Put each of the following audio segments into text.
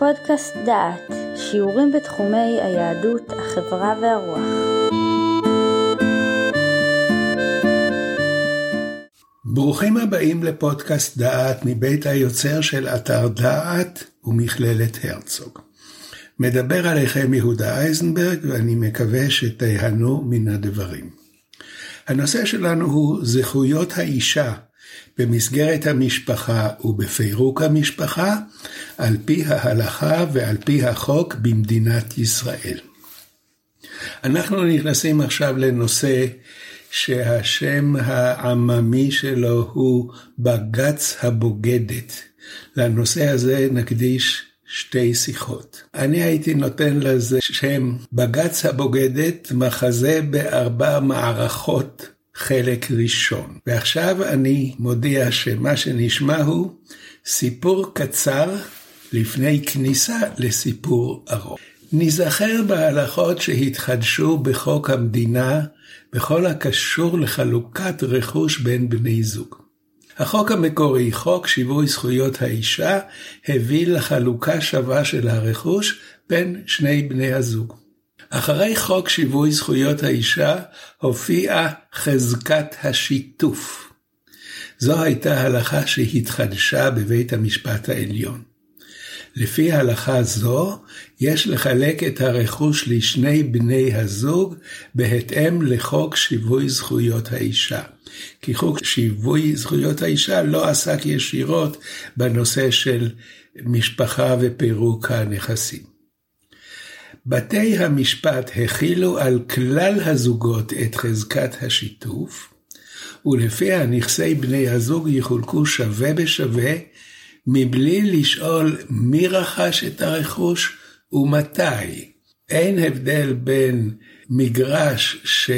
לפודקאסט דעת, שיעורים בתחומי היהדות, החברה והרוח. ברוכים הבאים לפודקאסט דעת מבית היוצר של אתר דעת ומכללת הרצוג. מדבר עליכם יהודה אייזנברג ואני מקווה שתיהנו מן הדברים. הנושא שלנו הוא זכויות האישה במסגרת המשפחה ובפירוק המשפחה על פי ההלכה ועל פי החוק במדינת ישראל. אנחנו נכנסים עכשיו לנושא שהשם העממי שלו הוא בג"ץ הבוגדת. לנושא הזה נקדיש 2 שיחות. אני הייתי נותן לזה שם בג"ץ הבוגדת, מחזה ב4 מערכות, חלק ראשון. ועכשיו אני מודיע שמה שנשמע הוא סיפור קצר לפני כניסה לסיפור ארוך. נזכר בהלכות שהתחדשו בחוק המדינה בכל הקשור לחלוקת רכוש בין בני זוג. החוק המקורי, חוק שיווי זכויות האישה, הביא לחלוקה שווה של הרכוש בין שני בני הזוג. אחרי חוק שיווי זכויות האישה הופיעה חזקת השיתוף. זו הייתה הלכה שהתחדשה בבית המשפט העליון. לפי הלכה זו, יש לחלק את הרכוש לשני בני הזוג בהתאם לחוק שיווי זכויות האישה. כי חוק שיווי זכויות האישה לא עסק ישירות בנושא של משפחה ופירוק הנכסים. בתי המשפט הכילו על כלל הזוגות את חזקת השיתוף, ולפיה נכסי בני הזוג יחולקו שווה בשווה, מבלי לשאול מי רכש את הרכוש ומתי. אין הבדל בין מגרש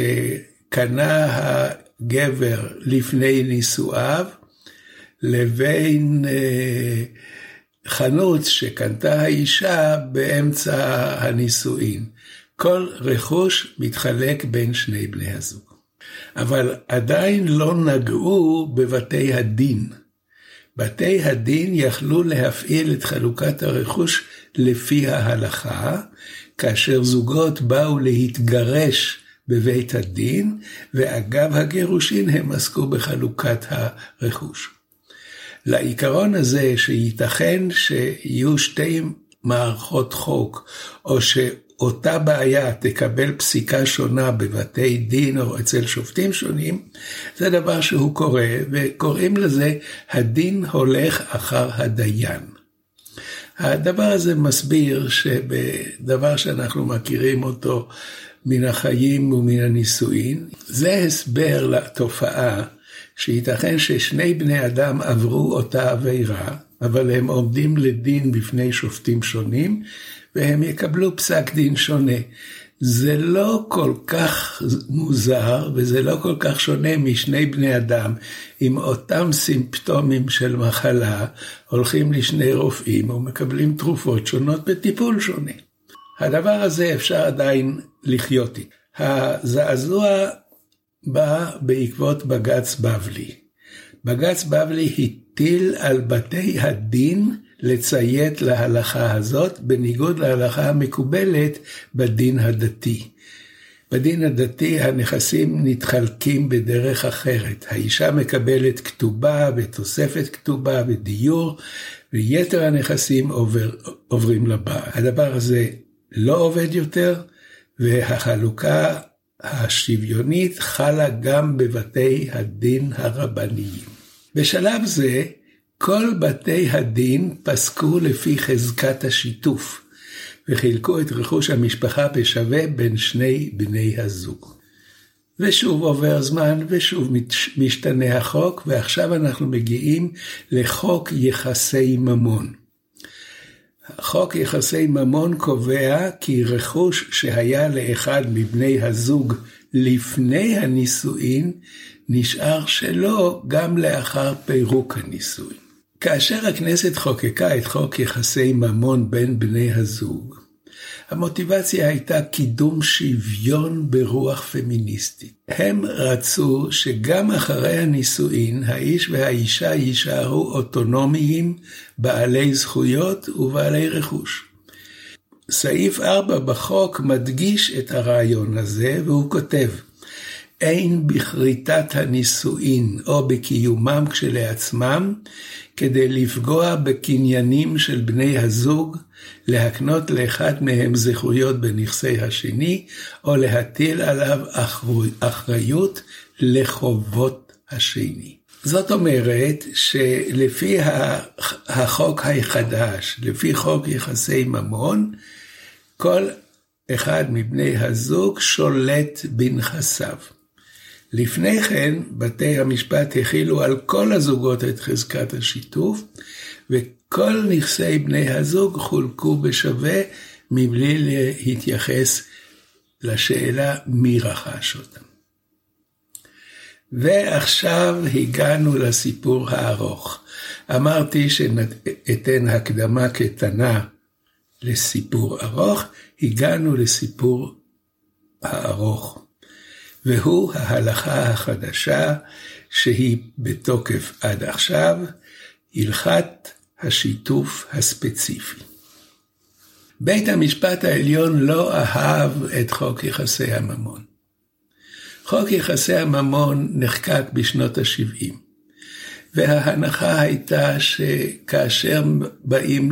שקנה הגבר לפני נישואיו, לבין חנות שקנתה האישה באמצע הנישואין. כל רכוש מתחלק בין שני בני הזוג. אבל עדיין לא נגעו בבתי הדין. בתי הדין יכלו להפעיל את חלוקת הרכוש לפי ההלכה, כאשר זוגות באו להתגרש בבית הדין, ואגב הגירושין הם עסקו בחלוקת הרכוש. לעיקרון הזה שייתכן שיהיו 2 מערכות חוק, או שאותה בעיה תקבל פסיקה שונה בבתי דין או אצל שופטים שונים, זה דבר שהוא קורה, וקוראים לזה הדין הולך אחר הדיין. הדבר הזה מסביר שבדבר שאנחנו מכירים אותו מן החיים ומן הנישואין, זה הסבר לתופעה שייתכן ששני בני אדם עברו אותה עבירה, אבל הם עומדים לדין בפני שופטים שונים, והם יקבלו פסק דין שונה. זה לא כל כך מוזר, וזה לא כל כך שונה משני בני אדם, עם אותם סימפטומים של מחלה, הולכים לשני רופאים ומקבלים תרופות שונות בטיפול שונה. הדבר הזה אפשר עדיין לחיות איתו. הזעזוע בא בעקבות בג"ץ בבלי. בג"ץ בבלי הטיל על בתי הדין לציית להלכה הזאת, בניגוד להלכה המקובלת בדין הדתי. בדין הדתי הנכסים נתחלקים בדרך אחרת. האישה מקבלת כתובה ותוספת כתובה ודיור, ויתר הנכסים עוברים לבעל. הדבר הזה לא עובד יותר, והחלוקה השוויונית חלה גם בבתי הדין הרבניים. בשלב זה, כל בתי הדין פסקו לפי חזקת השיתוף, וחילקו את רכוש המשפחה בשווה בין שני בני הזוג. ושוב עובר זמן, ושוב משתנה החוק, ועכשיו אנחנו מגיעים לחוק יחסי ממון. חוק יחסי ממון קובע כי רכוש שהיה לאחד מבני הזוג לפני הנישואין, נשאר שלו גם לאחר פירוק הנישואין. כאשר הכנסת חוקקה את חוק יחסי ממון בין בני הזוג, המוטיבציה הייתה קידום שוויון ברוח פמיניסטית. הם רצו שגם אחרי הנישואין, האיש והאישה יישארו אוטונומיים, בעלי זכויות ובעלי רכוש. סעיף 4 בחוק מדגיש את הרעיון הזה, והוא כותב, אין בכריתת הנישואין או בקיומם כשלעצמם, כדי לפגוע בקניינים של בני הזוג, להקנות לאחד מהם זכויות בנכסי השני, או להטיל עליו אחריות לחובות השני. זאת אומרת שלפי החוק החדש, לפי חוק יחסי ממון, כל אחד מבני הזוג שולט בנכסיו. לפני כן, בתי המשפט הכילו על כל הזוגות את חזקת השיתוף, וכל נכסי בני הזוג חולקו בשווה, מבלי להתייחס לשאלה מי רכש אותם. ועכשיו הגענו לסיפור הארוך. אמרתי שאתן הקדמה קטנה לסיפור ארוך, הגענו לסיפור הארוך. והוא ההלכה החדשה שהיא בתוקף עד עכשיו, הלכת השיתוף הספציפי. בית המשפט העליון לא אהב את חוק יחסי הממון. חוק יחסי הממון נחקק בשנות ה-70, וההנחה הייתה שכאשר באים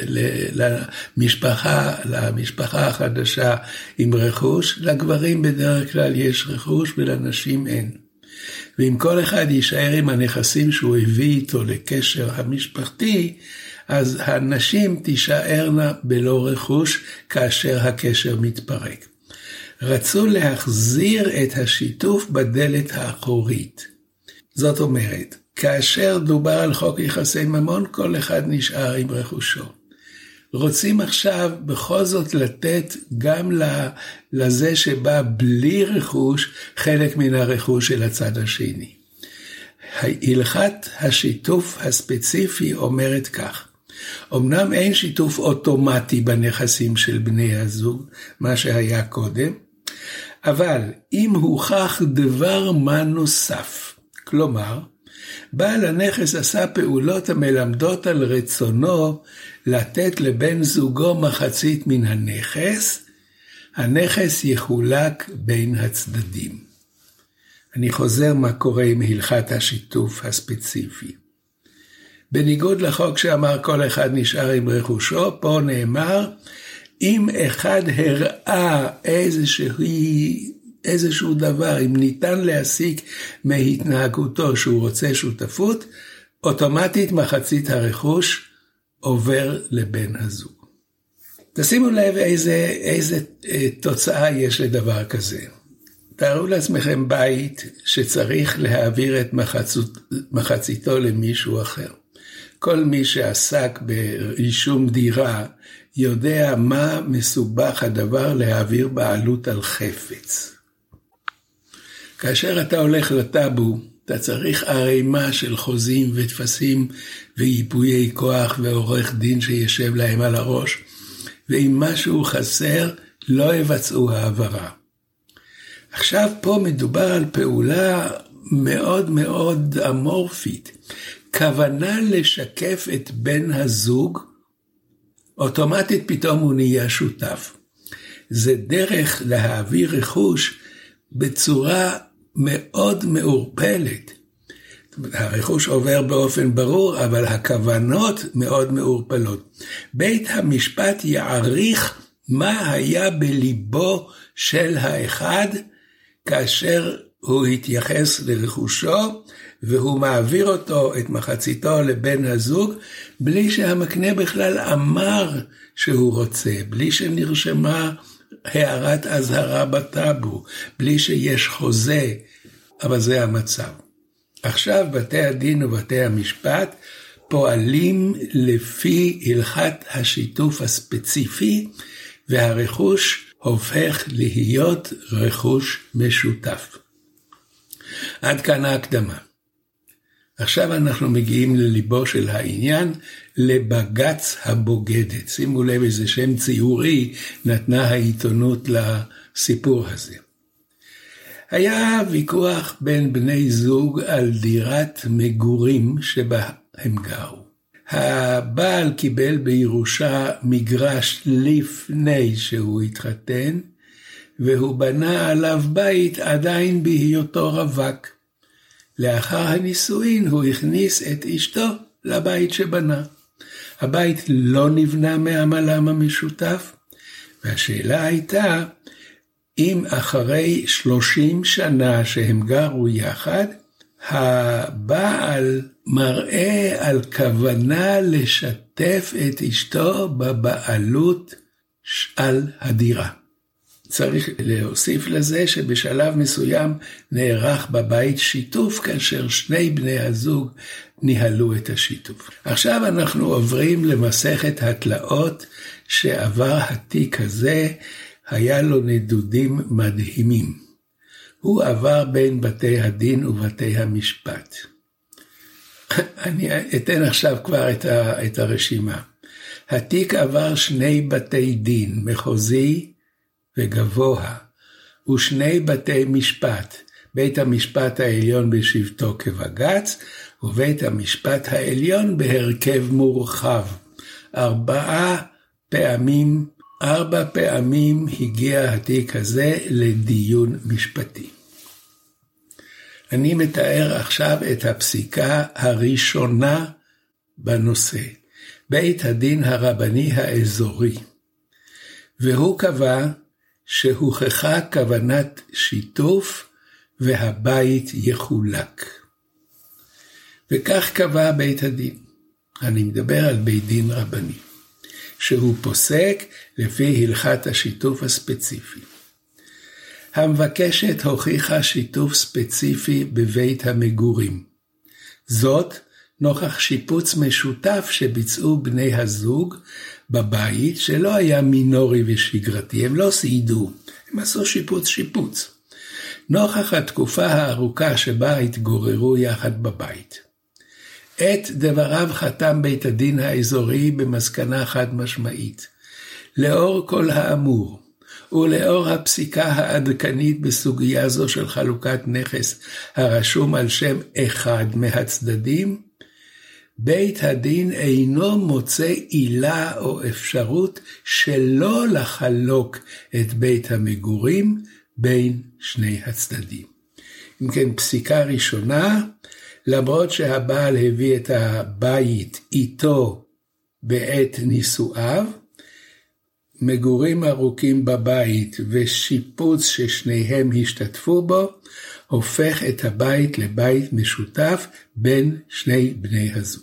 למשפחה החדשה עם רכוש, לגברים בדרך כלל יש רכוש ולנשים אין. ואם כל אחד יישאר עם הנכסים שהוא הביא איתו לקשר המשפחתי, אז הנשים תישארנה בלא רכוש כאשר הקשר מתפרק. רצו להחזיר את השיתוף בדלת האחורית. זאת אומרת, כאשר דובר על חוק יחסי ממון, כל אחד נשאר עם רכושו. רוצים עכשיו בכל זאת לתת גם לזה שבא בלי רכוש, חלק מן הרכוש של הצד השני. הלכת השיתוף הספציפי אומרת כך, אמנם אין שיתוף אוטומטי בנכסים של בני הזוג, מה שהיה קודם, אבל אם הוכח דבר מה נוסף, כלומר, בעל הנכס עשה פעולות המלמדות על רצונו לתת לבן זוגו מחצית מן הנכס, הנכס יחולק בין הצדדים. אני חוזר מה קורה עם הלכת השיתוף הספציפי. בניגוד לחוק שאמר כל אחד נשאר עם רכושו, פה נאמר, אם אחד הראה איזשהו דבר, אם ניתן להסיק מהתנהגותו שהוא רוצה שותפות, אוטומטית מחצית הרכוש עובר לבן הזוג. תשימו לב איזה תוצאה יש לדבר כזה. תארו לעצמכם בית שצריך להעביר את מחציתו למישהו אחר. כל מי שעסק ברישום דירה יודע מה מסובך הדבר להעביר בעלות על חפץ. כאשר אתה הולך לטאבו, אתה צריך ערימה של חוזים ותפסים וייפויי כוח ועורך דין שישב להם על הראש, ואם משהו חסר לא יבצעו העברה. עכשיו פה מדובר על פעולה מאוד מאוד אמורפית, כוונה לשקף את בן הזוג, אוטומטית פתאום הוא נהיה שותף. זה דרך להעביר רכוש בצורה מאוד מעורפלת. הרכוש עובר באופן ברור, אבל הכוונות מאוד מעורפלות. בית המשפט יעריך מה היה בליבו של האחד, כאשר הוא התייחס לרכושו, והוא מעביר אותו, את מחציתו לבן הזוג, בלי שהמקנה בכלל אמר שהוא רוצה, בלי שנרשמה הערת אזהרה בטאבו, בלי שיש חוזה, אבל זה המצב. עכשיו בתי הדין ובתי המשפט פועלים לפי הלכת השיתוף הספציפי, והרכוש הופך להיות רכוש משותף. עד כאן ההקדמה. עכשיו אנחנו מגיעים לליבו של העניין, לבג"ץ הבוגדת. שימו לב איזה שם ציורי נתנה העיתונות לסיפור הזה. היה ויכוח בין בני זוג על דירת מגורים שבה הם גרו. הבעל קיבל בירושה מגרש לפני שהוא התחתן, והוא בנה עליו בית עדיין בהיותו רווק. לאחר הנישואין הוא הכניס את אשתו לבית שבנה. הבית לא נבנה מעמלם המשותף, והשאלה הייתה, אם אחרי 30 שנה שהם גרו יחד, הבעל מראה על כוונה לשתף את אשתו בבעלות על הדירה. צריך להוסיף לזה שבשלב מסוים נערך בבית שיתוף, כאשר שני בני הזוג ניהלו את השיתוף. עכשיו אנחנו עוברים למסכת התלאות שעבר התיק הזה, היה לו נדודים מדהימים. הוא עבר בין בתי הדין ובתי המשפט. אני אתן עכשיו כבר את הרשימה. התיק עבר 2 בתי דין, מחוזי וגבוה, ושני בתי משפט, בית המשפט העליון בשבתו כבג"ץ, ובית המשפט העליון בהרכב מורחב. 4 פעמים הגיע התיק הזה לדיון משפטי. אני מתאר עכשיו את הפסיקה הראשונה בנושא, בית הדין הרבני האזורי, והוא קבע שהוכחה כוונת שיתוף והבית יחולק. וכך קבע בית הדין. אני מדבר על בית דין רבני, שהוא פוסק לפי הלכת השיתוף הספציפי. המבקשת הוכיחה שיתוף ספציפי בבית המגורים. זאת נוכח שיפוץ משותף שביצעו בני הזוג בבית, שלא היה מינורי ושגרתי, הם לא סעידו, הם עשו שיפוץ. נוכח התקופה הארוכה שבה התגוררו יחד בבית. את דבריו חתם בית הדין האזורי במסקנה חד משמעית. לאור כל האמור, ולאור הפסיקה העדכנית בסוגיה זו של חלוקת נכס הרשום על שם אחד מהצדדים, בית הדין אינו מוצא עילה או אפשרות שלא לחלוק את בית המגורים בין שני הצדדים. אם כן, פסיקה ראשונה, למרות שהבעל הביא את הבית איתו בעת נישואיו, מגורים ארוכים בבית ושיפוץ ששניהם השתתפו בו, הופך את הבית לבית משותף בין שני בני הזוג.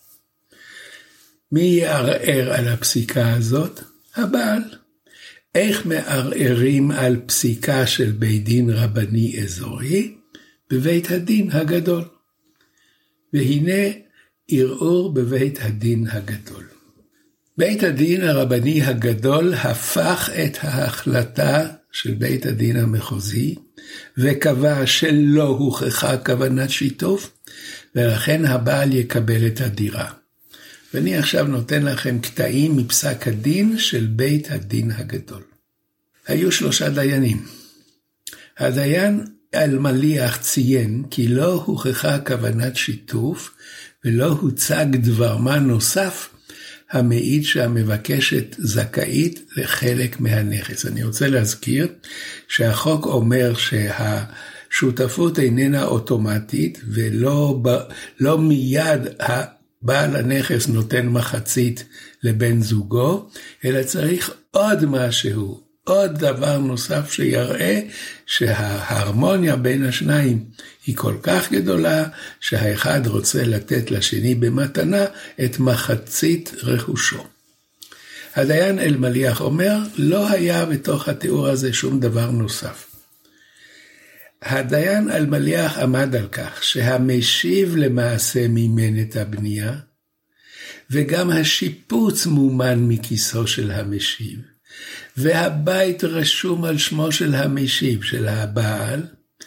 מי יערער על הפסיקה הזאת? הבעל. איך מערערים על פסיקה של בית דין רבני אזורי? בבית הדין הגדול. והנה ערעור בבית הדין הגדול. בית הדין הרבני הגדול הפך את ההחלטה של בית הדין המחוזי, וקבע שלא הוכחה כוונת שיתוף, ולכן הבעל יקבל את הדירה. ואני עכשיו נותן לכם קטעים מפסק הדין של בית הדין הגדול. היו 3 דיינים. הדיין אלמליח ציין כי לא הוכחה כוונת שיתוף, ולא הוצג דבר מה נוסף, המעיד שהמבקשת זכאית לחלק מהנכס. אני רוצה להזכיר שהחוק אומר שהשותפות איננה אוטומטית, ולא מיד בעל הנכס נותן מחצית לבן זוגו, אלא צריך עוד משהו, עוד דבר נוסף שיראה שההרמוניה בין השניים היא כל כך גדולה, שהאחד רוצה לתת לשני במתנה את מחצית רכושו. הדיין אלמליח אומר, לא היה בתוך התיאור הזה שום דבר נוסף. הדיין אלמליח עמד על כך שהמשיב למעשה מימן את הבנייה, וגם השיפוץ מומן מכיסו של המשיב, והבית רשום על שמו של המשיב, של הבעל,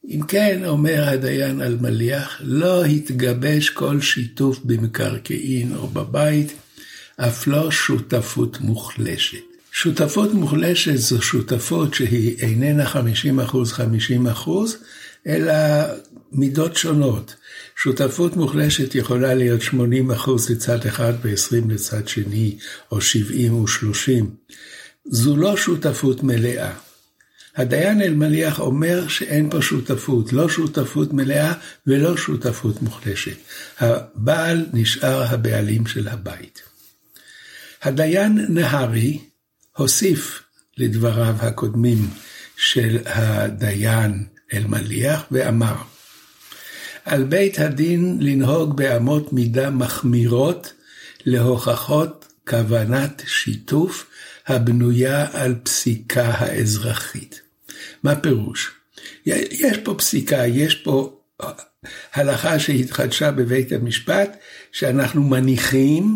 אם כן, אומר הדיין אלמליח, לא התגבש כל שיתוף במקרקעין או בבית, אף לא שותפות מוחלשת. שותפות מוחלשת זו שותפות שהיא איננה 50% 50%, אלא מידות שונות. שותפות מוחלשת יכולה להיות 80% לצד אחד ו20 לצד שני, או 70 ו30. זו לא שותפות מלאה. הדיין אלמליח אומר שאין פה שותפות, לא שותפות מלאה ולא שותפות מוחלשת. הבעל נשאר הבעלים של הבית. הדיין נהרי הוסיף לדבריו הקודמים של הדיין אלמליח ואמר, על בית הדין לנהוג באמות מידה מחמירות להוכחות כוונת שיתוף הבנויה על פסיקה האזרחית. מה פירוש? יש פה פסיקה, יש פה הלכה שהתחדשה בבית המשפט, שאנחנו מניחים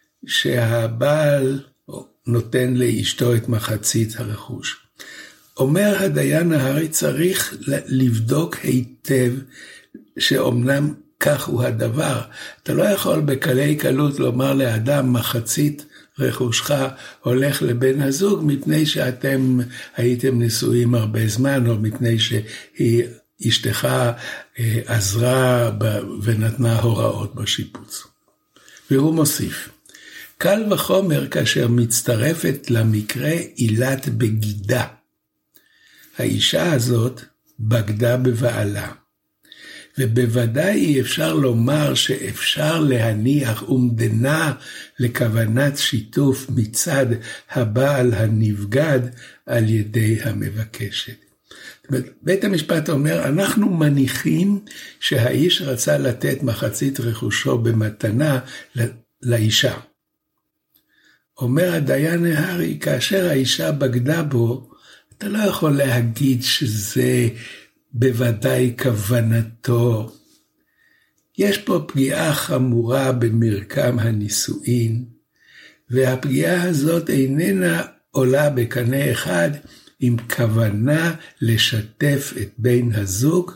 שהבעל נותן לאשתו את מחצית הרכוש. אומר הדיין נהרי, צריך לבדוק היטב שאומנם כך הוא הדבר. אתה לא יכול בקלי קלות לומר לאדם מחצית רכושך הולך לבן הזוג, מפני שאתם הייתם נשואים הרבה זמן, או מפני שהיא אשתך עזרה ונתנה הוראות בשיפוץ. והוא מוסיף, קל וחומר כאשר מצטרפת למקרה עילת בגידה. האישה הזאת בגדה בבעלה. ובוודאי אי אפשר לומר שאפשר להניח אומדנה לכוונת שיתוף מצד הבעל הנבגד על ידי המבקשת. בית המשפט אומר, אנחנו מניחים שהאיש רצה לתת מחצית רכושו במתנה לאישה. אומר הדיין נהרי, כאשר האישה בגדה בו, אתה לא יכול להגיד שזה בוודאי כוונתו. יש פה פגיעה חמורה במרקם הנישואין, והפגיעה הזאת איננה עולה בקנה אחד עם כוונה לשתף את בן הזוג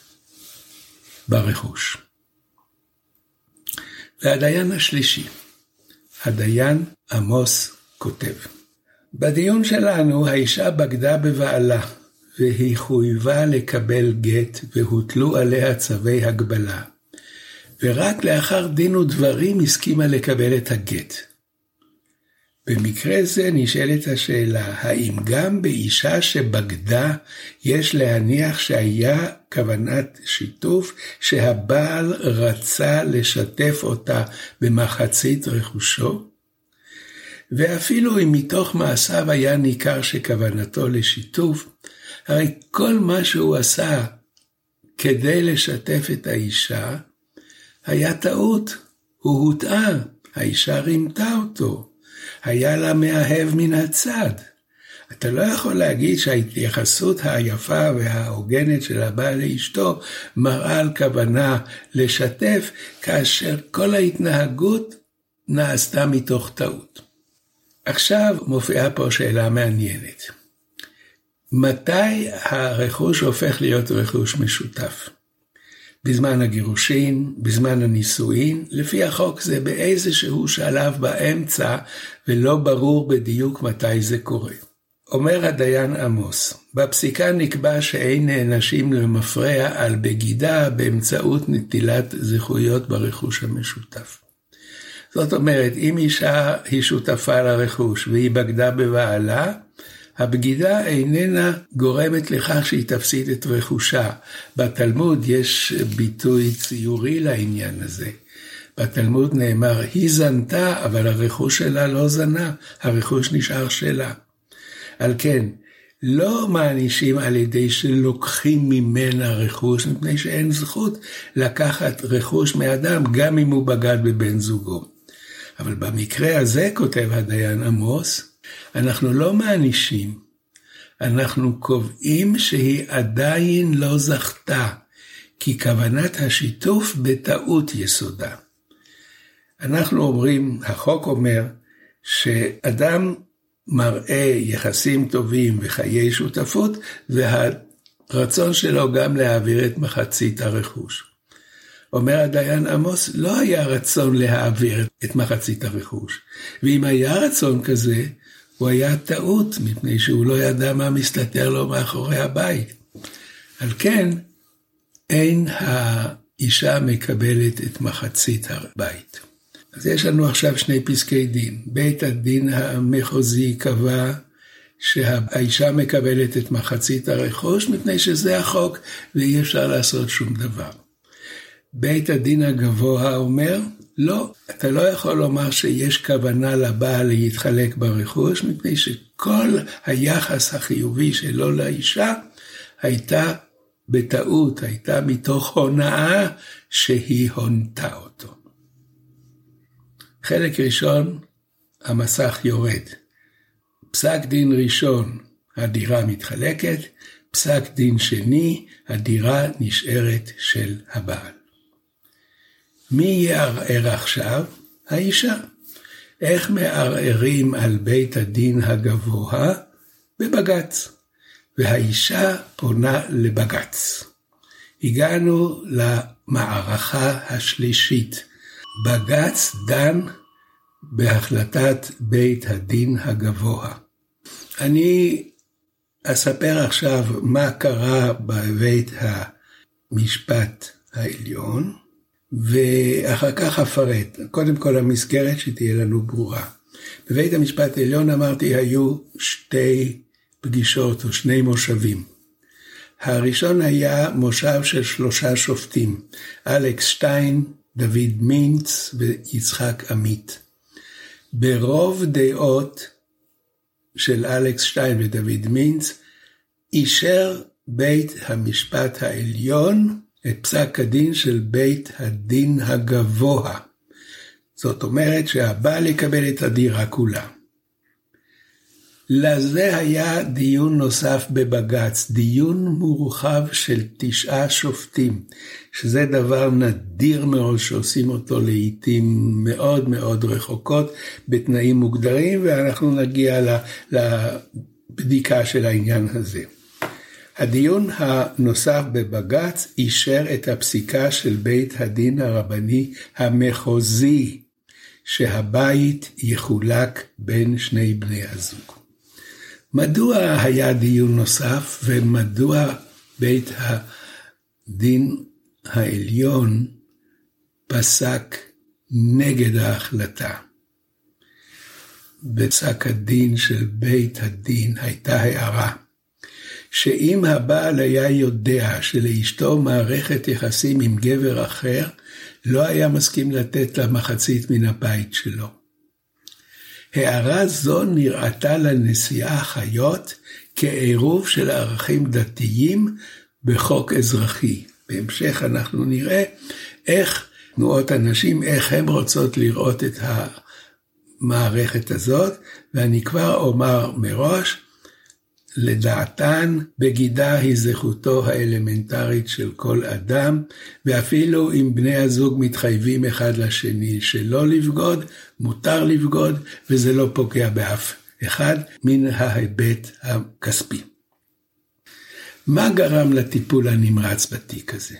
ברכוש. והדיין השלישי, הדיין עמוס כותב, בדיון שלנו האישה בגדה בבעלה, והיא חויבה לקבל גט, והוטלו עליה צווי הגבלה. ורק לאחר דין ודברים הסכימה לקבל את הגט. במקרה זה נשאלת השאלה, האם גם באישה שבגדה יש להניח שהיה כוונת שיתוף, שהבעל רצה לשתף אותה במחצית רכושו? ואפילו אם מתוך מעשיו היה ניכר שכוונתו לשיתוף, הרי כל מה שהוא עשה כדי לשתף את האישה, היה טעות, הוא הוטעה, האישה רימתה אותו, היה לה מאהב מן הצד. אתה לא יכול להגיד שההתייחסות היפה וההוגנת של הבעל לאשתו מראה על כוונה לשתף, כאשר כל ההתנהגות נעשתה מתוך טעות. עכשיו מופיעה פה שאלה מעניינת. מתי הרכוש הופך להיות רכוש משותף? בזמן הגירושין, בזמן הנישואין, לפי החוק זה באיזשהו שלב באמצע, ולא ברור בדיוק מתי זה קורה. אומר הדיין עמוס, בפסיקה נקבע שאין נענשים למפרע על בגידה באמצעות נטילת זכויות ברכוש המשותף. זאת אומרת, אם אישה היא שותפה לרכוש והיא בגדה בבעלה, הבגידה איננה גורמת לכך שהיא תפסיד את רכושה. בתלמוד יש ביטוי ציורי לעניין הזה. בתלמוד נאמר, היא זנתה, אבל הרכוש שלה לא זנה, הרכוש נשאר שלה. על כן, לא מענישים על ידי שלוקחים ממנה רכוש, מפני שאין זכות לקחת רכוש מאדם, גם אם הוא בגד בבן זוגו. אבל במקרה הזה, כותב הדיין עמוס, אנחנו לא מענישים, אנחנו קובעים שהיא עדיין לא זכתה, כי כוונת השיתוף בטעות יסודה. אנחנו אומרים, החוק אומר, שאדם מראה יחסים טובים וחיי שותפות, רצון שלו גם להעביר את מחצית הרכוש. אומר הדיין עמוס, לא היה רצון להעביר את מחצית הרכוש. ואם היה רצון כזה, הוא היה טעות, מפני שהוא לא ידע מה מסתתר לו מאחורי הבית. על כן, אין האישה מקבלת את מחצית הבית. אז יש לנו עכשיו שני פסקי דין. בית הדין המחוזי קבע שהאישה מקבלת את מחצית הרכוש, מפני שזה החוק ואי אפשר לעשות שום דבר. בית הדין הגבוה אומר, לא, אתה לא יכול לומר שיש כוונה לבעל להתחלק ברכוש, מפני שכל היחס החיובי שלו לאישה הייתה בטעות, הייתה מתוך הונאה שהיא הונתה אותו. חלק ראשון, המסך יורד. פסק דין ראשון, הדירה מתחלקת, פסק דין שני, הדירה נשארת של הבעל. מי יערער עכשיו? האישה. איך מערערים על בית הדין הגבוה? בבג"ץ. והאישה פונה לבג"ץ. הגענו למערכה השלישית. בג"ץ דן בהחלטת בית הדין הגבוה. אני אספר עכשיו מה קרה בבית המשפט העליון, ואחר כך אפרט. קודם כל המסגרת שתהיה לנו ברורה. בבית המשפט העליון אמרתי היו שתי פגישות או שני מושבים. הראשון היה מושב של 3 שופטים, אלכס שטיין, דוד מינץ ויצחק עמית. ברוב דעות של אלכס שטיין ודוד מינץ, אישר בית המשפט העליון את פסק הדין של בית הדין הגבוה. זאת אומרת שהבעל יקבל את הדירה כולה. לזה היה דיון נוסף בבג"ץ, דיון מורחב של 9 שופטים, שזה דבר נדיר מאוד שעושים אותו לעתים מאוד מאוד רחוקות, בתנאים מוגדרים, ואנחנו נגיע לבדיקה של העניין הזה. הדיון הנוסף בבג"ץ אישר את הפסיקה של בית הדין הרבני המחוזי, שהבית יחולק בין שני בני הזוג. מדוע היה דיון נוסף ומדוע בית הדין העליון פסק נגד ההחלטה? בפסק הדין של בית הדין הייתה הערה, שאם הבעל היה יודע שלאשתו מערכת יחסים עם גבר אחר, לא היה מסכים לתת לה מחצית מן הבית שלו. הערה זו נראתה לנשיאה חיות כעירוב של ערכים דתיים בחוק אזרחי. בהמשך אנחנו נראה איך תנועות הנשים, איך הן רוצות לראות את המערכת הזאת, ואני כבר אומר מראש, לדעתן בגידה היא זכותו האלמנטרית של כל אדם, ואפילו אם בני הזוג מתחייבים אחד לשני שלא לבגוד, מותר לבגוד, וזה לא פוגע באף אחד מן ההיבט הכספי. מה גרם לטיפול הנמרץ בתיק הזה?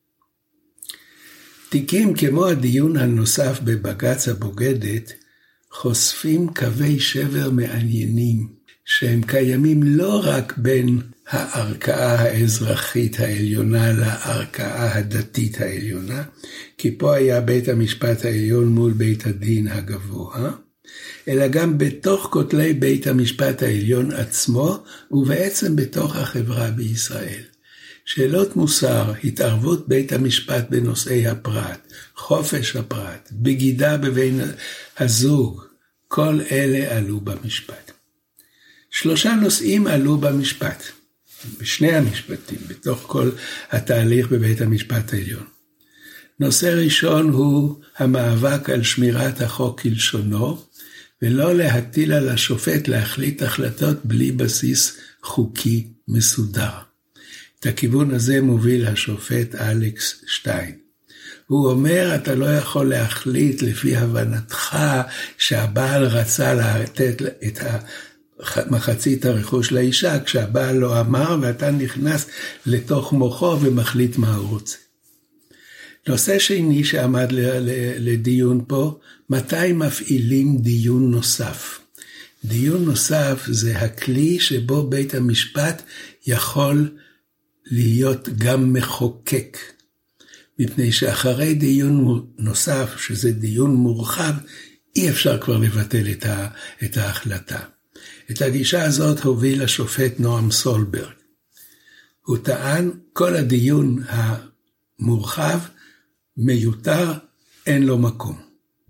תיקים כמו הדיון הנוסף בבג"ץ הבוגדת, חושפים קווי שבר מעניינים, שהם קיימים לא רק בין הערכאה האזרחית העליונה לערכאה הדתית העליונה, כי פה היה בית המשפט העליון מול בית הדין הגבוה, אלא גם בתוך כותלי בית המשפט העליון עצמו, ובעצם בתוך החברה בישראל. שאלות מוסר, התערבות בית המשפט בנושאי הפרט, חופש הפרט, בגידה בבין הזוג, כל אלה עלו במשפט. 3 נושאים עלו במשפט, בשני המשפטים, בתוך כל התהליך בבית המשפט העליון. נושא ראשון הוא המאבק על שמירת החוק כלשונו, ולא להטיל על השופט להחליט החלטות בלי בסיס חוקי מסודר. את הכיוון הזה מוביל השופט אלכס שטיין. הוא אומר, אתה לא יכול להחליט לפי הבנתך שהבעל רצה לתת את מחצית הרכוש לאישה, כשהבעל לא אמר ואתה נכנס לתוך מוחו ומחליט מה הוא רוצה. נושא שני שעמד לדיון פה, מתי מפעילים דיון נוסף? דיון נוסף זה הכלי שבו בית המשפט יכול להיות גם מחוקק. מפני שאחרי דיון נוסף, שזה דיון מורחב, אי אפשר כבר לבטל את ההחלטה. את הגישה הזאת הוביל השופט נועם סולברג. הוא טען, כל הדיון המורחב מיותר, אין לו מקום.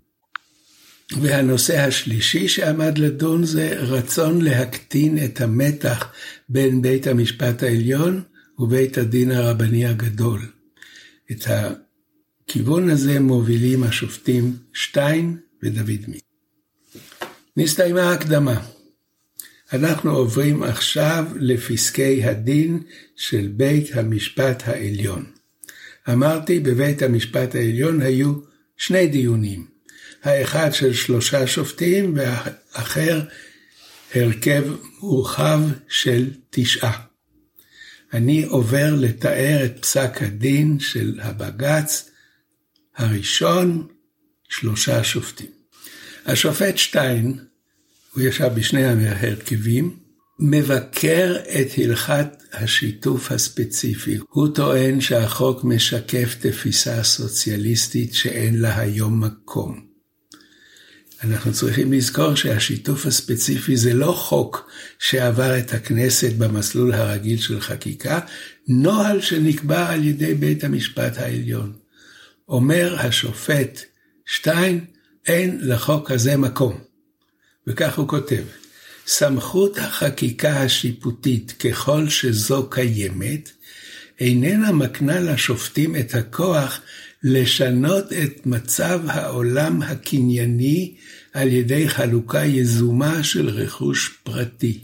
והנושא השלישי שעמד לדון זה רצון להקטין את המתח בין בית המשפט העליון ובית הדין הרבני הגדול. את הכיוון הזה מובילים השופטים שטיין ודוד מיר. נסתיימה ההקדמה. אנחנו עוברים עכשיו לפסקי הדין של בית המשפט העליון. אמרתי, בבית המשפט העליון היו שני דיונים. האחד של 3 שופטים והאחר הרכב מורחב של 9. אני עובר לתאר את פסק הדין של הבג"ץ הראשון, 3 שופטים. השופט שטיין, הוא ישב בשני ההרכבים, מבקר את הלכת השיתוף הספציפי. הוא טוען שהחוק משקף תפיסה סוציאליסטית שאין לה היום מקום. אנחנו צריכים לזכור שהשיתוף הספציפי זה לא חוק שעבר את הכנסת במסלול הרגיל של חקיקה, נוהל שנקבע על ידי בית המשפט העליון. אומר השופט שטיין, אין לחוק הזה מקום. וכך הוא כותב, סמכות החקיקה השיפוטית ככל שזו קיימת, איננה מקנה לשופטים את הכוח לשנות את מצב העולם הקנייני על ידי חלוקה יזומה של רכוש פרטי.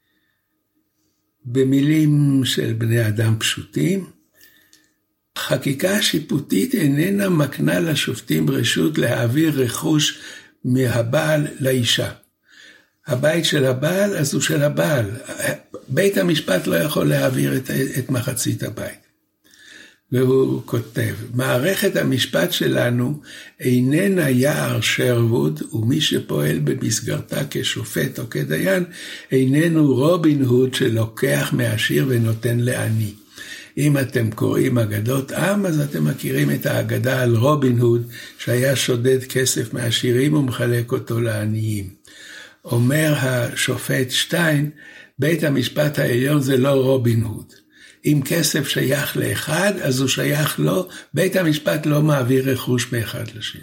במילים של בני אדם פשוטים, חקיקה שיפוטית איננה מקנה לשופטים רשות להעביר רכוש מהבעל לאישה. הבית של הבעל, אז הוא של הבעל. בית המשפט לא יכול להעביר את מחצית הבית. והוא כותב, מערכת המשפט שלנו איננה יער שרווד, ומי שפועל במסגרתה כשופט או כדיין, איננו רובין הוד שלוקח מעשיר ונותן לעני. אם אתם קוראים אגדות עם, אז אתם מכירים את האגדה על רובין הוד, שהיה שודד כסף מעשירים ומחלק אותו לעניים. אומר השופט שטיין, בית המשפט העליון זה לא רובין הוד. אם כסף שייך לאחד, אז הוא שייך לו, בית המשפט לא מעביר רכוש מאחד לשני.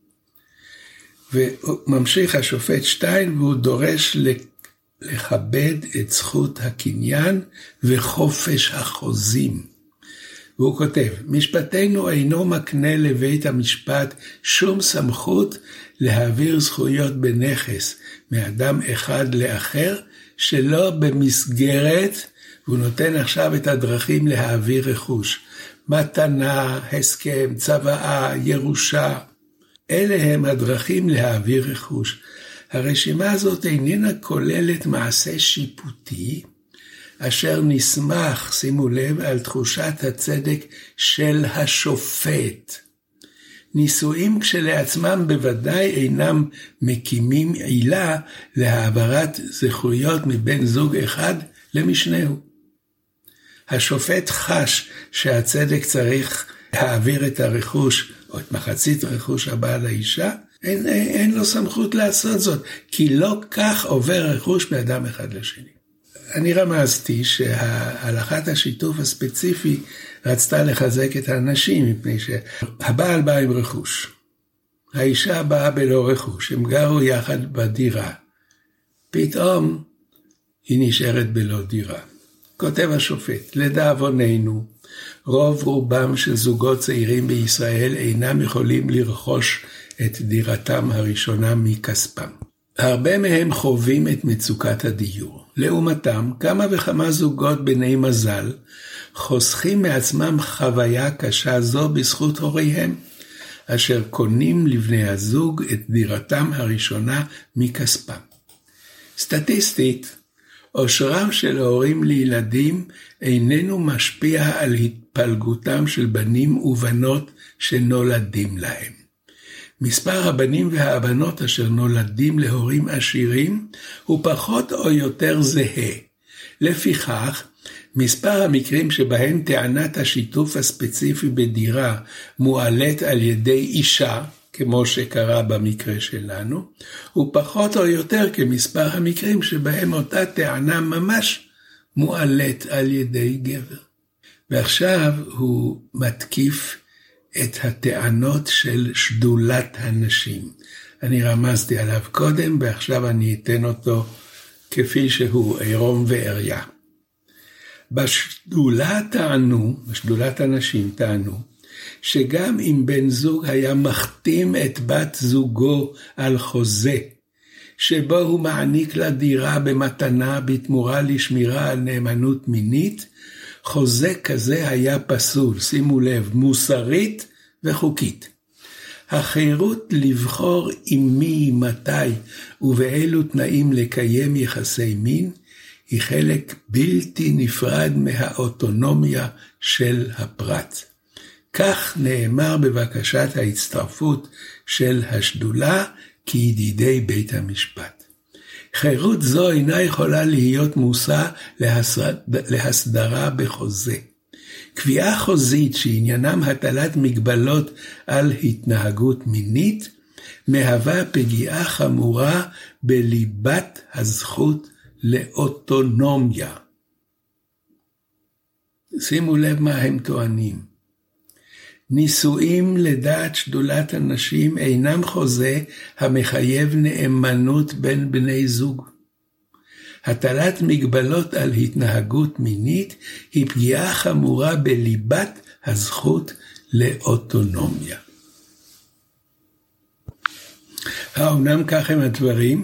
וממשיך השופט שטיין, והוא דורש לכבד את זכות הקניין וחופש החוזים. והוא כותב, משפטנו אינו מקנה לבית המשפט שום סמכות להעביר זכויות בנכס מאדם אחד לאחר, שלא במסגרת, והוא נותן עכשיו את הדרכים להעביר רכוש. מתנה, הסכם, צוואה, ירושה. אלה הם הדרכים להעביר רכוש. הרשימה הזאת איננה כוללת מעשה שיפוטי, אשר נסמך, שימו לב, על תחושת הצדק של השופט. נישואים כשלעצמם בוודאי אינם מקימים עילה להעברת זכויות מבן זוג אחד למשנהו. השופט חש שהצדק צריך להעביר את הרכוש, או את מחצית רכוש הבעל האישה, אין לו סמכות לעשות זאת, כי לא כך עובר רכוש מאדם אחד לשני. אני רמזתי שהלכת השיתוף הספציפי רצתה לחזק את האנשים, מפני שהבעל בא עם רכוש. האישה באה בלא רכוש, הם גרו יחד בדירה. פתאום היא נשארת בלא דירה. כותב השופט, לדאבוננו, רוב רובם של זוגות צעירים בישראל אינם יכולים לרכוש את דירתם הראשונה מכספם. הרבה מהם חווים את מצוקת הדיור. לעומתם, כמה וכמה זוגות בני מזל חוסכים מעצמם חוויה קשה זו בזכות הוריהם, אשר קונים לבני הזוג את דירתם הראשונה מכספם. סטטיסטית, עושרם של ההורים לילדים איננו משפיע על התפלגותם של בנים ובנות שנולדים להם. מספר הבנים והבנות אשר נולדים להורים עשירים הוא פחות או יותר זהה. לפיכך, מספר המקרים שבהם טענת השיתוף הספציפי בדירה מועלית על ידי אישה, כמו שקרה במקרה שלנו, הוא פחות או יותר כמספר המקרים שבהם אותה טענה ממש מועלית על ידי גבר. ועכשיו הוא מתקיף את הטענות של שדולת הנשים. אני רמזתי עליו קודם, ועכשיו אני אתן אותו כפי שהוא, עירום ועריה. בשדולת הנשים טענו, שגם אם בן זוג היה מחתים את בת זוגו על חוזה, שבו הוא מעניק לה דירה במתנה בתמורה לשמירה על נאמנות מינית, חוזה כזה היה פסול, שימו לב, מוסרית וחוקית. החירות לבחור עם מי, מתי ובאילו תנאים לקיים יחסי מין, היא חלק בלתי נפרד מהאוטונומיה של הפרט. כך נאמר בבקשת ההצטרפות של השדולה כידידי בית המשפט. חירות זו אינה יכולה להיות מושא להסדרה בחוזה. קביעה חוזית שעניינם הטלת מגבלות על התנהגות מינית, מהווה פגיעה חמורה בליבת הזכות לאוטונומיה. שימו לב מה הם טוענים. נישואים לדעת שדולת הנשים אינם חוזה המחייב נאמנות בין בני זוג. הטלת מגבלות על התנהגות מינית היא פגיעה חמורה בליבת הזכות לאוטונומיה. האמנם כך הם הדברים?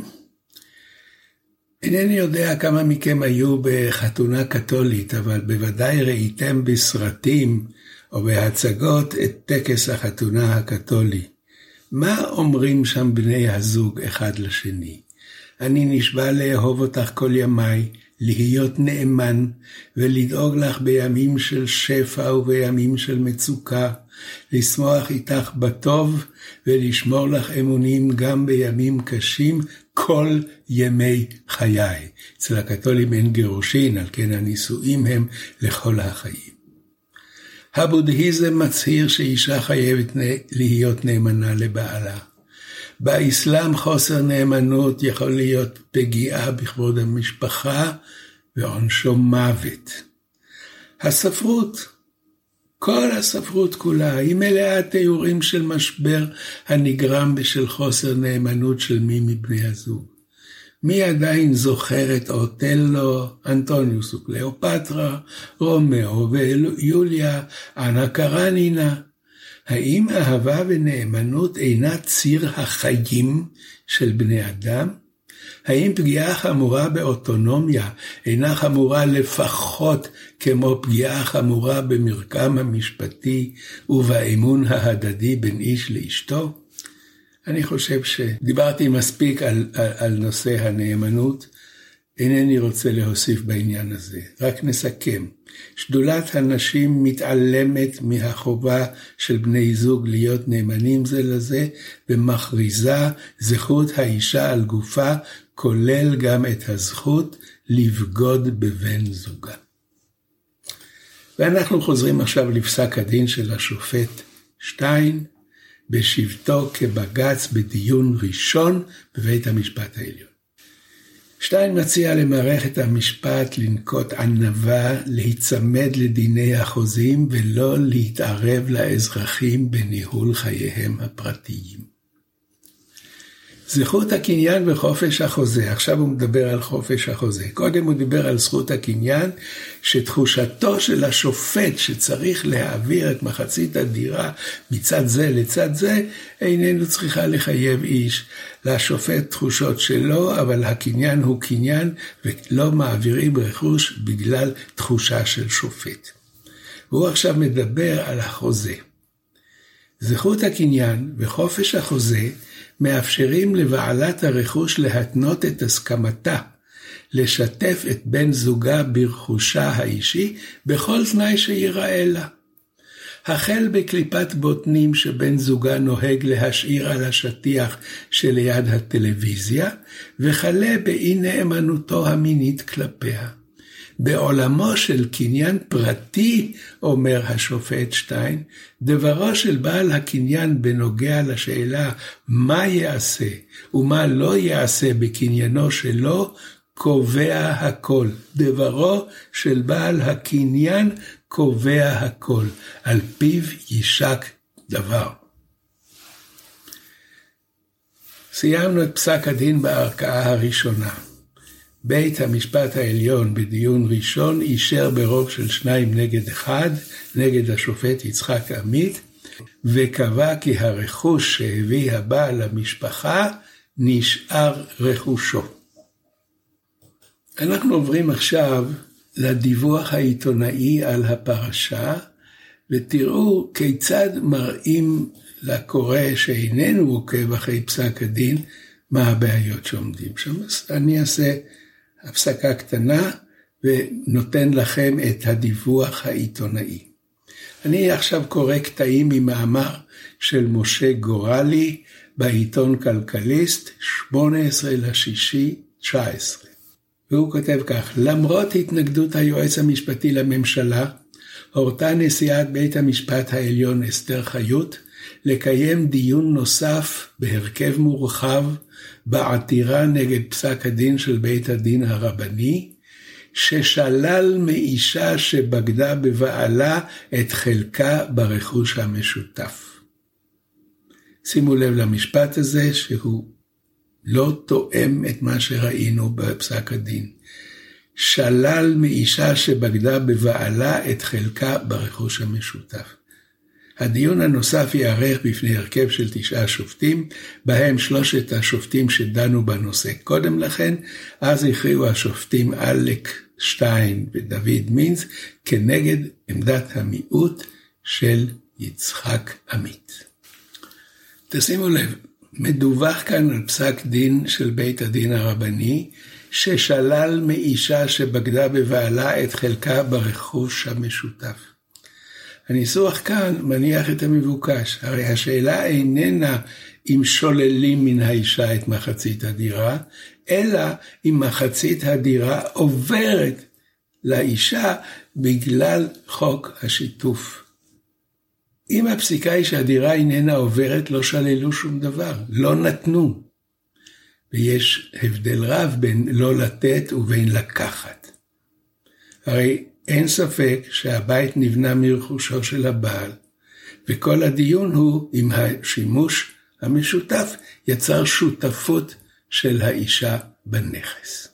אינני יודע כמה מכם היו בחתונה קתולית, אבל בוודאי ראיתם בסרטים או בהצגות את טקס החתונה הקתולי. מה אומרים שם בני הזוג אחד לשני? אני נשבע לאהוב אותך כל ימיי, להיות נאמן ולדאוג לך בימים של שפע ובימים של מצוקה, לשמוח איתך בטוב ולשמור לך אמונים גם בימים קשים כל ימי חיי. אצל הקתולים אין גירושין, על כן הנישואים הם לכל החיים. הבודהיזם מצהיר שאישה חייבת להיות נאמנה לבעלה. באסלאם חוסר נאמנות יכול להיות פגיעה בכבוד המשפחה ועונשו מוות. הספרות, כל הספרות כולה, היא מלאה תיאורים של משבר הנגרם בשל חוסר נאמנות של מי מבני הזוג. מי עדיין זוכר את אוטלו, אנטוניוס וקליאופטרה, רומאו ויוליה, אנה קרנינה? האם אהבה ונאמנות אינה ציר החיים של בני אדם? האם פגיעה חמורה באוטונומיה אינה חמורה לפחות כמו פגיעה חמורה במרקם המשפטי ובאמון ההדדי בין איש לאשתו? אני חושב שדיברתי מספיק על נושא הנאמנות, אינני רוצה להוסיף בעניין הזה, רק נסכם. שדולת הנשים מתעלמת מהחובה של בני זוג להיות נאמנים זה לזה, ומכריזה זכות האישה על גופה, כולל גם את הזכות לבגוד בבן זוגה. ואנחנו חוזרים עכשיו לפסק הדין של השופט שטיין, בשבתו כבג"ץ בדיון ראשון בבית המשפט העליון. שטיין מציע למערכת המשפט לנקוט ענווה, להיצמד לדיני החוזים ולא להתערב לאזרחים בניהול חייהם הפרטיים. זכות הקניין וחופש החוזה, עכשיו הוא מדבר על חופש החוזה. קודם הוא דיבר על זכות הקניין, שתחושתו של השופט שצריך להעביר את מחצית הדירה מצד זה לצד זה, איננו צריכה לחייב איש. לשופט תחושות שלו, אבל הקניין הוא קניין, ולא מעבירים רכוש בגלל תחושה של שופט. והוא עכשיו מדבר על החוזה. זכות הקניין וחופש החוזה מאפשרים לבעלת הרכוש להתנות את הסכמתה, לשתף את בן זוגה ברכושה האישי בכל תנאי שיראה לה. החל בקליפת בוטנים שבן זוגה נוהג להשאיר על השטיח שליד הטלוויזיה, וכלה באי נאמנותו המינית כלפיה. בעולמו של קניין פרטי, אומר השופט שטיין, דברו של בעל הקניין בנוגע לשאלה מה יעשה ומה לא יעשה בקניינו שלו, קובע הכל. דברו של בעל הקניין קובע הכל, על פיו יישק דבר. סיימנו את פסק הדין בערכאה הראשונה. בית המשפט העליון בדיון ראשון אישר ברוב של 2-1 נגד השופט יצחק עמית, וקבע כי הרכוש שהביא הבעל למשפחה נשאר רכושו. אנחנו עוברים עכשיו לדיווח העיתונאי על הפרשה, ותראו כיצד מראים לקורא שאיננו עוקב אחרי פסק הדין, מה הבעיות שעומדים שם. אני אעשה הפסקה קטנה ונותן לכם את הדיווח העיתונאי. אני עכשיו קורא קטעים ממאמר של משה גורלי בעיתון כלכליסט 18/6/19. והוא כותב כך: למרות התנגדות היועץ המשפטי לממשלה, הורתה נשיאת בית המשפט העליון אסתר חיות לקיים דיון נוסף בהרכב מורחב בעתירה נגד פסק הדין של בית הדין הרבני, ששלל מאישה שבגדה בבעלה את חלקה ברכוש המשותף. שימו לב למשפט הזה שהוא לא תואם את מה שראינו בפסק הדין. שלל מאישה שבגדה בבעלה את חלקה ברכוש המשותף. הדיון הנוסף יערך בפני הרכב של 9 שופטים, בהם 3 השופטים שדנו בנושא קודם לכן, אז הכריעו השופטים אלק שטיין ודוד מינץ כנגד עמדת המיעוט של יצחק עמית. תשימו לב, מדווח כאן על פסק דין של בית הדין הרבני, ששלל מאישה שבגדה בבעלה את חלקה ברכוש המשותף. הניסוח כאן מניח את המבוקש, הרי השאלה איננה אם שוללים מן האישה את מחצית הדירה, אלא אם מחצית הדירה עוברת לאישה בגלל חוק השיתוף. אם הפסיקה היא שהדירה איננה עוברת, לא שללו שום דבר, לא נתנו. ויש הבדל רב בין לא לתת ובין לקחת. הרי אין ספק שהבית נבנה מרכושו של הבעל, וכל הדיון הוא אם השימוש המשותף יצר שותפות של האישה בנכס.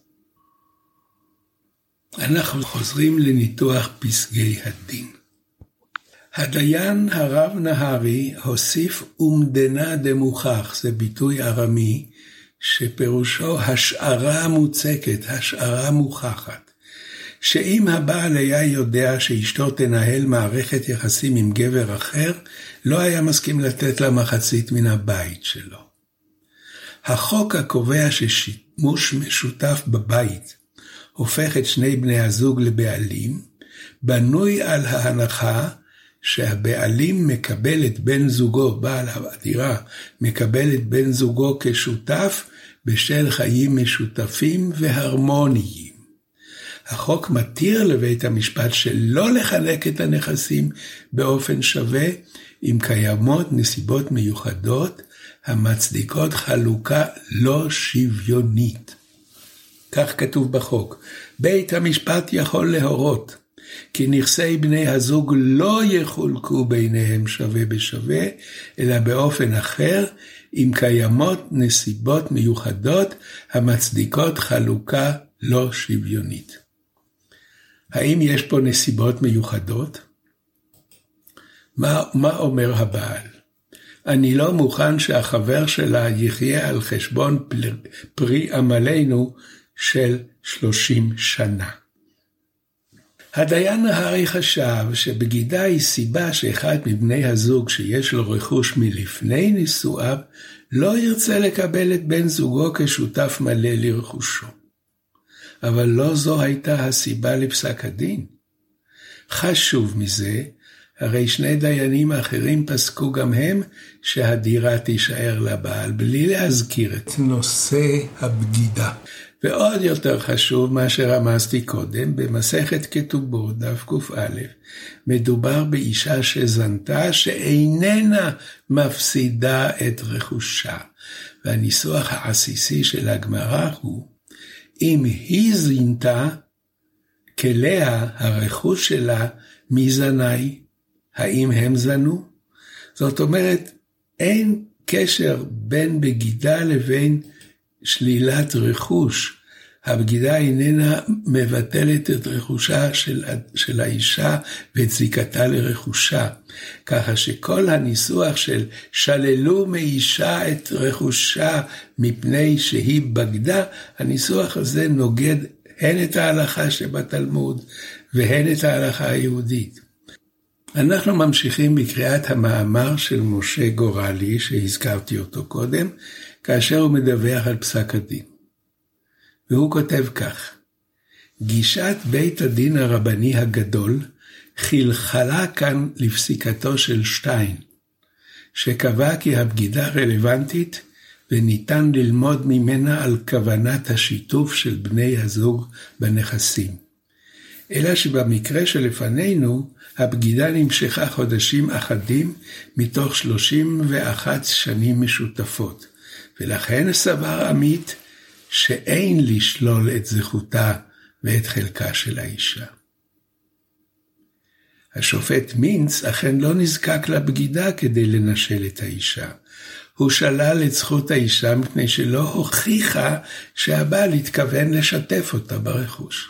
אנחנו חוזרים לניתוח פסקי הדין. הדיין הרב נהרי הוסיף אומדנה דמוכח, זה ביטוי ארמי, שפירושו השערה מוצקת, השערה מוכחת. שאם הבעל היה יודע שאשתו תנהל מערכת יחסים עם גבר אחר, לא היה מסכים לתת לה מחצית מן הבית שלו. החוק הקובע ששימוש משותף בבית הופך את 2 בני הזוג לבעלים, בנוי על ההנחה שהבעלים מקבל את בן זוגו, בעל הדירה, מקבל את בן זוגו כשותף בשל חיים משותפים והרמוניים. החוק מתיר לבית המשפט שלא לחלק את הנכסים באופן שווה, אם קיימות נסיבות מיוחדות המצדיקות חלוקה לא שוויונית. כך כתוב בחוק. בית המשפט יכול להורות כי נכסי בני הזוג לא יחולקו ביניהם שווה בשווה, אלא באופן אחר, אם קיימות נסיבות מיוחדות המצדיקות חלוקה לא שוויונית. האם יש פה נסיבות מיוחדות? מה אומר הבעל? אני לא מוכן שהחבר שלה יחיה על חשבון פרי עמלנו של 30 שנה. הדיין נהרי חשב שבגידה היא סיבה שאחד מבני הזוג שיש לו רכוש מלפני נישואיו לא ירצה לקבל את בן זוגו כשותף מלא לרכושו. אבל לא זו הייתה הסיבה לפסק הדין. חשוב מזה, הרי שני דיינים האחרים פסקו גם הם שהדירה תישאר לבעל, בלי להזכיר את נושא הבגידה. ועוד יותר חשוב מה שרמזתי קודם, במסכת כתובות דף ק"א, מדובר באישה שזנתה שאיננה מפסידה את רכושה. והניסוח העסיסי של הגמרא הוא, אם היא זינתה, כליה הרכוש שלה מי זנאי? האם הם זנו? זאת אומרת, אין קשר בין בגידה לבין שלילת רכוש. הבגידה איננה מבטלת את רכושה של האישה ואת זיקתה לרכושה. ככה שכל הניסוח של שללו מאישה את רכושה מפני שהיא בגדה, הניסוח הזה נוגד הן את ההלכה שבתלמוד והן את ההלכה היהודית. אנחנו ממשיכים בקריאת המאמר של משה גורלי שהזכרתי אותו קודם, כאשר הוא מדווח על פסק הדין. והוא כותב כך, גישת בית הדין הרבני הגדול חלחלה כאן לפסיקתו של שטיין, שקבע כי הבגידה רלוונטית וניתן ללמוד ממנה על כוונת השיתוף של בני הזוג בנכסים. אלא שבמקרה שלפנינו, הבגידה נמשכה חודשים אחדים מתוך 31 שנים משותפות, ולכן סבר עמית שאין לשלול את זכותה ואת חלקה של האישה. השופט מינץ אכן לא נזקק לבגידה כדי לנשל את האישה. הוא שלל את זכות האישה מפני שלא הוכיחה שהבעל התכוון לשתף אותה ברכוש.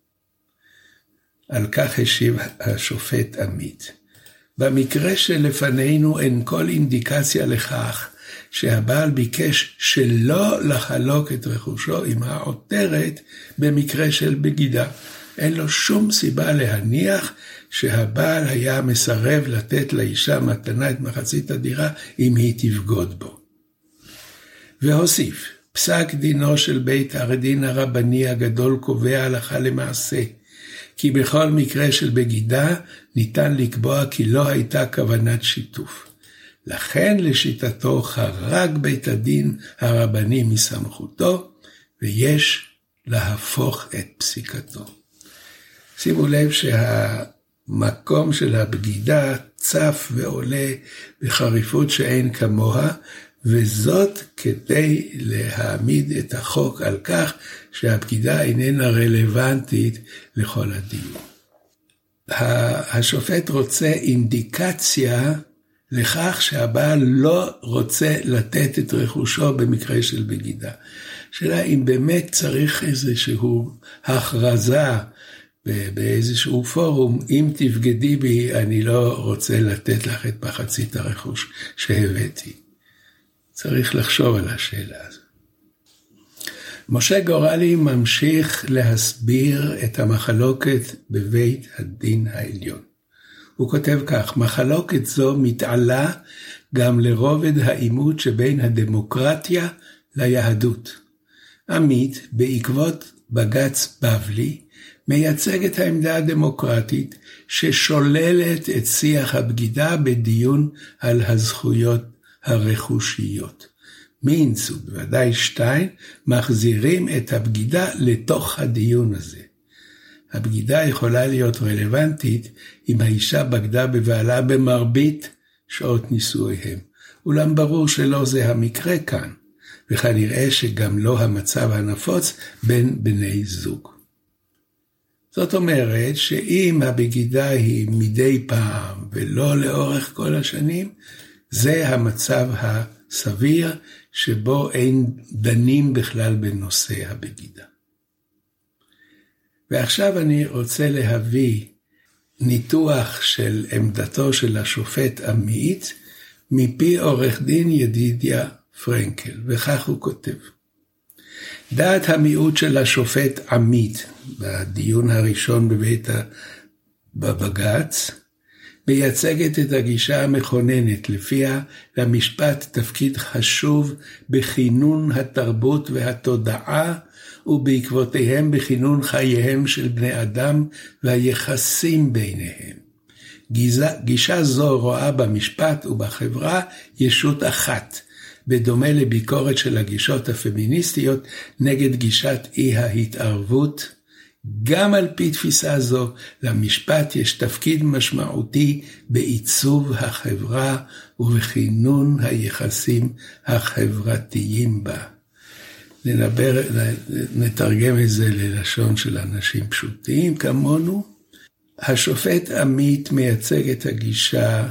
על כך השיב השופט עמית. במקרה שלפנינו אין כל אינדיקציה לכך שהבעל ביקש שלא לחלוק את רכושו עם העותרת במקרה של בגידה. אין לו שום סיבה להניח שהבעל היה מסרב לתת לאישה מתנה את מחצית הדירה אם היא תבגוד בו. והוסיף, פסק דינו של בית הדין הרבני הגדול קובע הלכה למעשה, כי בכל מקרה של בגידה ניתן לקבוע כי לא הייתה כוונת שיתוף. לכן לשיטתו חרג בית הדין הרבני מסמכותו, ויש להפוך את פסיקתו. שימו לב שהמקום של הבגידה צף ועולה בחריפות שאין כמוה, וזאת כדי להעמיד את החוק על כך שהבגידה איננה רלוונטית לכל הדיון. השופט רוצה אינדיקציה לכך שהבעל לא רוצה לתת את רכושו במקרה של בגידה. שאלה אם באמת צריך איזשהו הכרזה באיזשהו פורום, אם תבגדי בי אני לא רוצה לתת לך את מחצית הרכוש שהבאתי. צריך לחשוב על השאלה הזו. משה גורלי ממשיך להסביר את המחלוקת בבית הדין העליון. הוא כותב כך, מחלוקת זו מתעלה גם לרובד העימות שבין הדמוקרטיה ליהדות. עמית, בעקבות בג"ץ בבלי, מייצג את העמדה הדמוקרטית ששוללת את שיח הבגידה בדיון על הזכויות הרכושיות. מינץ ובוודאי שטיין מחזירים את הבגידה לתוך הדיון הזה. הבגידה יכולה להיות רלוונטית אם האישה בגדה בבעלה במרבית שעות נישואיהם. אולם ברור שלא זה המקרה כאן, וכנראה שגם לא המצב הנפוץ בין בני זוג. זאת אומרת שאם הבגידה היא מדי פעם ולא לאורך כל השנים, זה המצב הסביר שבו אין דנים בכלל בנושא הבגידה. ועכשיו אני רוצה להביא ניתוח של עמדתו של השופט עמית מפי עורך דין ידידיה פרנקל, וכך הוא כותב. דעת המיעוט של השופט עמית בדיון הראשון בבג"ץ מייצגת את הגישה המכוננת, לפיה למשפט תפקיד חשוב בכינון התרבות והתודעה, ובעקבותיהם בכינון חייהם של בני אדם והיחסים ביניהם. גישה זו רואה במשפט ובחברה ישות אחת, בדומה לביקורת של הגישות הפמיניסטיות נגד גישת אי ההתערבות. גם על פי תפיסה זו, למשפט יש תפקיד משמעותי בעיצוב החברה ובכינון היחסים החברתיים בה. נתרגם את זה ללשון של אנשים פשוטים כמונו. השופט עמית מייצג את הגישה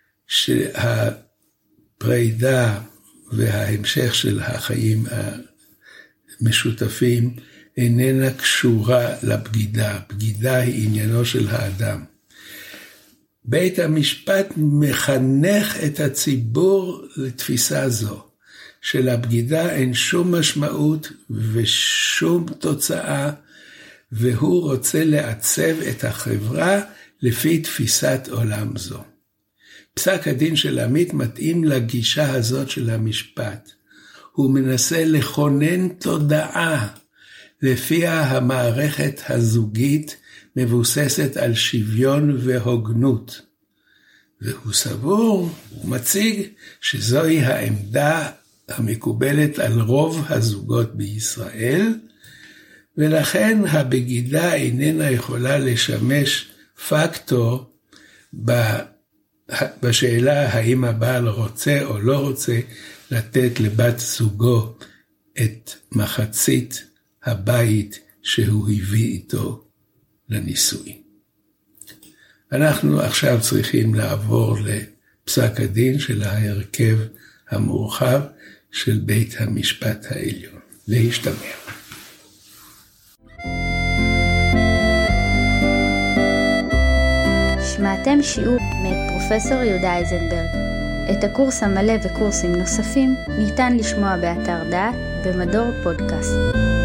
שהפרידה וההמשך של החיים המשותפים איננה קשורה לבגידה. בגידה היא עניינו של האדם. בית המשפט מחנך את הציבור לתפיסה זו, שלבגידה אין שום משמעות ושום תוצאה, והוא רוצה לעצב את החברה לפי תפיסת עולם זו. פסק הדין של עמית מתאים לגישה הזאת של המשפט. הוא מנסה לכונן תודעה, לפיה המערכת הזוגית מבוססת על שוויון והוגנות. והוא סבור, הוא מציג, שזוהי העמדה המקובלת על רוב הזוגות בישראל, ולכן הבגידה איננה יכולה לשמש פקטור בשאלה האם הבעל רוצה או לא רוצה לתת לבת זוגו את מחצית הבית שהוא הביא איתו לנישואין. אנחנו עכשיו צריכים לעבור לפסק הדין של ההרכב המורחב של בית המשפט העליון. להשתמע. שמעתם שיעור מאת פרופסור יהודה אייזנברג. את הקורס המלא וקורסים נוספים ניתן לשמוע באתר דעת במדור פודקאסט.